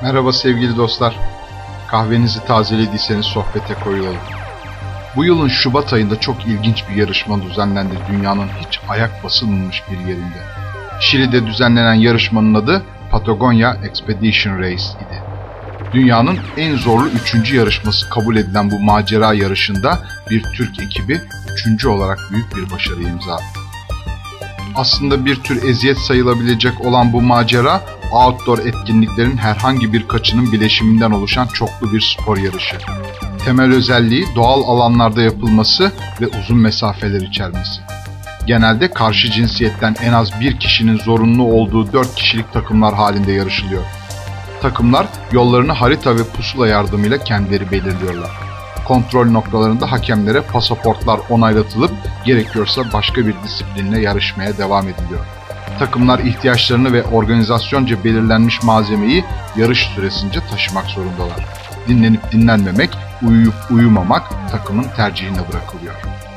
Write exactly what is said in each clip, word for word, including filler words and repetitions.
Merhaba sevgili dostlar. Kahvenizi tazelediyseniz sohbete koyulalım. Bu yılın Şubat ayında çok ilginç bir yarışma düzenlendi dünyanın hiç ayak basılmamış bir yerinde. Şili'de düzenlenen yarışmanın adı Patagonia Expedition Race idi. Dünyanın en zorlu üçüncü yarışması kabul edilen bu macera yarışında bir Türk ekibi üçüncü olarak büyük bir başarı imza attı. Aslında bir tür eziyet sayılabilecek olan bu macera, outdoor etkinliklerin herhangi bir kaçının bileşiminden oluşan çoklu bir spor yarışı. Temel özelliği doğal alanlarda yapılması ve uzun mesafeler içermesi. Genelde karşı cinsiyetten en az bir kişinin zorunlu olduğu dört kişilik takımlar halinde yarışılıyor. Takımlar yollarını harita ve pusula yardımıyla kendileri belirliyorlar. Kontrol noktalarında hakemlere pasaportlar onaylatılıp gerekiyorsa başka bir disiplinle yarışmaya devam ediliyor. Takımlar ihtiyaçlarını ve organizasyonca belirlenmiş malzemeyi yarış süresince taşımak zorundalar. Dinlenip dinlenmemek, uyuyup uyumamak takımın tercihine bırakılıyor.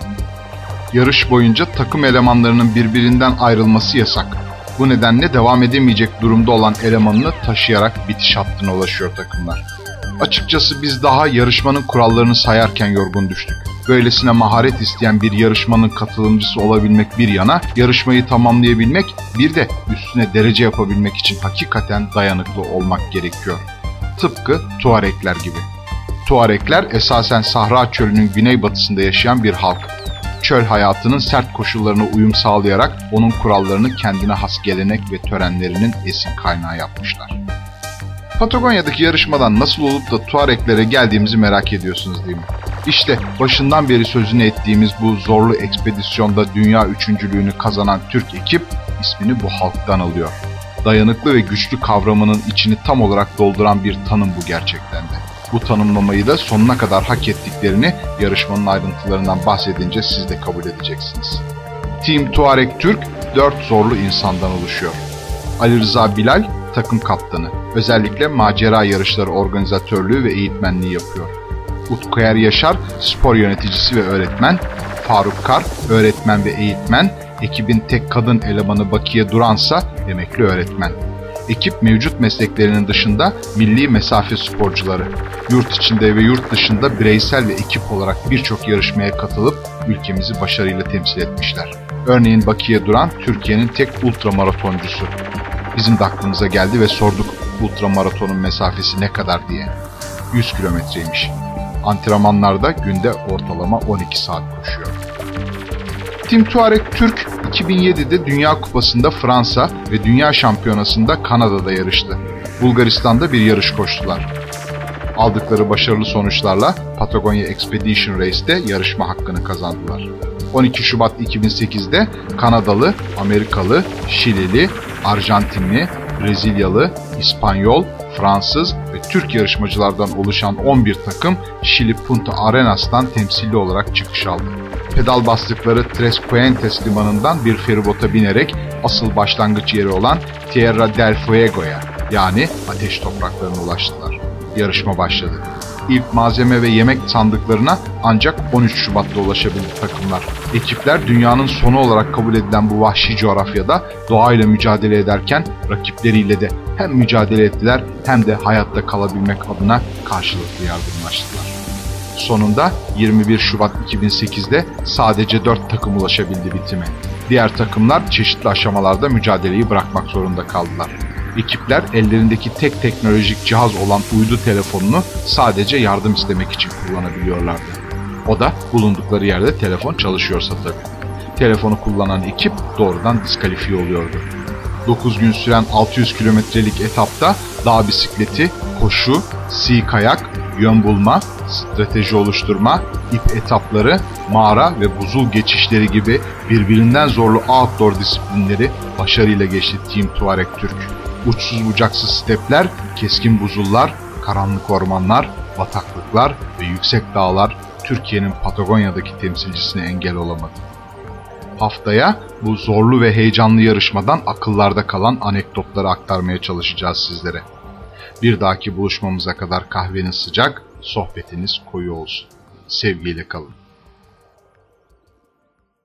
Yarış boyunca takım elemanlarının birbirinden ayrılması yasak. Bu nedenle devam edemeyecek durumda olan elemanını taşıyarak bitiş hattına ulaşıyor takımlar. Açıkçası biz daha yarışmanın kurallarını sayarken yorgun düştük. Böylesine maharet isteyen bir yarışmanın katılımcısı olabilmek bir yana, yarışmayı tamamlayabilmek, bir de üstüne derece yapabilmek için hakikaten dayanıklı olmak gerekiyor. Tıpkı Tuaregler gibi. Tuaregler esasen Sahra Çölü'nün güneybatısında yaşayan bir halk. Çöl hayatının sert koşullarına uyum sağlayarak onun kurallarını kendine has gelenek ve törenlerinin esin kaynağı yapmışlar. Patagonya'daki yarışmadan nasıl olup da Tuareglere geldiğimizi merak ediyorsunuz değil mi? İşte başından beri sözünü ettiğimiz bu zorlu ekspedisyonda dünya üçüncülüğünü kazanan Türk ekip ismini bu halktan alıyor. Dayanıklı ve güçlü kavramının içini tam olarak dolduran bir tanım bu gerçekten de. Bu tanımlamayı da sonuna kadar hak ettiklerini yarışmanın ayrıntılarından bahsedince siz de kabul edeceksiniz. Team Tuareg Türk dört zorlu insandan oluşuyor. Ali Rıza Bilal takım kaptanı. Özellikle macera yarışları organizatörlüğü ve eğitmenliği yapıyor. Utku Er Yaşar spor yöneticisi ve öğretmen. Faruk Kar öğretmen ve eğitmen. Ekibin tek kadın elemanı Bakiye Duransa emekli öğretmen. Ekip mevcut mesleklerinin dışında milli mesafe sporcuları. Yurt içinde ve yurt dışında bireysel ve ekip olarak birçok yarışmaya katılıp ülkemizi başarıyla temsil etmişler. Örneğin Bakiye Duran Türkiye'nin tek ultramaratoncusu. Bizim de aklımıza geldi ve sorduk ultramaratonun mesafesi ne kadar diye. yüz kilometreymiş. Antrenmanlarda günde ortalama on iki saat koşuyor. Team Tuareg Türk iki bin yedide Dünya Kupası'nda Fransa ve Dünya Şampiyonası'nda Kanada'da yarıştı. Bulgaristan'da bir yarış koştular. Aldıkları başarılı sonuçlarla Patagonia Expedition Race'te yarışma hakkını kazandılar. on iki Şubat iki bin sekizde Kanadalı, Amerikalı, Şilili, Arjantinli, Brezilyalı, İspanyol, Fransız ve Türk yarışmacılardan oluşan on bir takım Şili Punta Arenas'tan temsilli olarak çıkış aldı. Pedal bastıkları Tres Puentes limanından bir feribota binerek asıl başlangıç yeri olan Tierra del Fuego'ya yani ateş topraklarına ulaştılar. Yarışma başladı. İlk malzeme ve yemek sandıklarına ancak on üç Şubat'ta ulaşabildi takımlar. Ekipler dünyanın sonu olarak kabul edilen bu vahşi coğrafyada doğayla mücadele ederken rakipleriyle de hem mücadele ettiler hem de hayatta kalabilmek adına karşılıklı yardımlaştılar. Sonunda yirmi bir Şubat iki bin sekizde sadece dört takım ulaşabildi bitime. Diğer takımlar çeşitli aşamalarda mücadeleyi bırakmak zorunda kaldılar. Ekipler ellerindeki tek teknolojik cihaz olan uydu telefonunu sadece yardım istemek için kullanabiliyorlardı. O da bulundukları yerde telefon çalışıyorsa tabii. Telefonu kullanan ekip doğrudan diskalifiye oluyordu. dokuz gün süren altı yüz kilometrelik etapta dağ bisikleti, koşu, sığ kayak, yön bulma, strateji oluşturma, ip etapları, mağara ve buzul geçişleri gibi birbirinden zorlu outdoor disiplinleri başarıyla geçti Team Tuareg Türk. Uçsuz bucaksız stepler, keskin buzullar, karanlık ormanlar, bataklıklar ve yüksek dağlar Türkiye'nin Patagonya'daki temsilcisine engel olamadı. Haftaya bu zorlu ve heyecanlı yarışmadan akıllarda kalan anekdotları aktarmaya çalışacağız sizlere. Bir dahaki buluşmamıza kadar kahveniz sıcak, sohbetiniz koyu olsun. Sevgiyle kalın.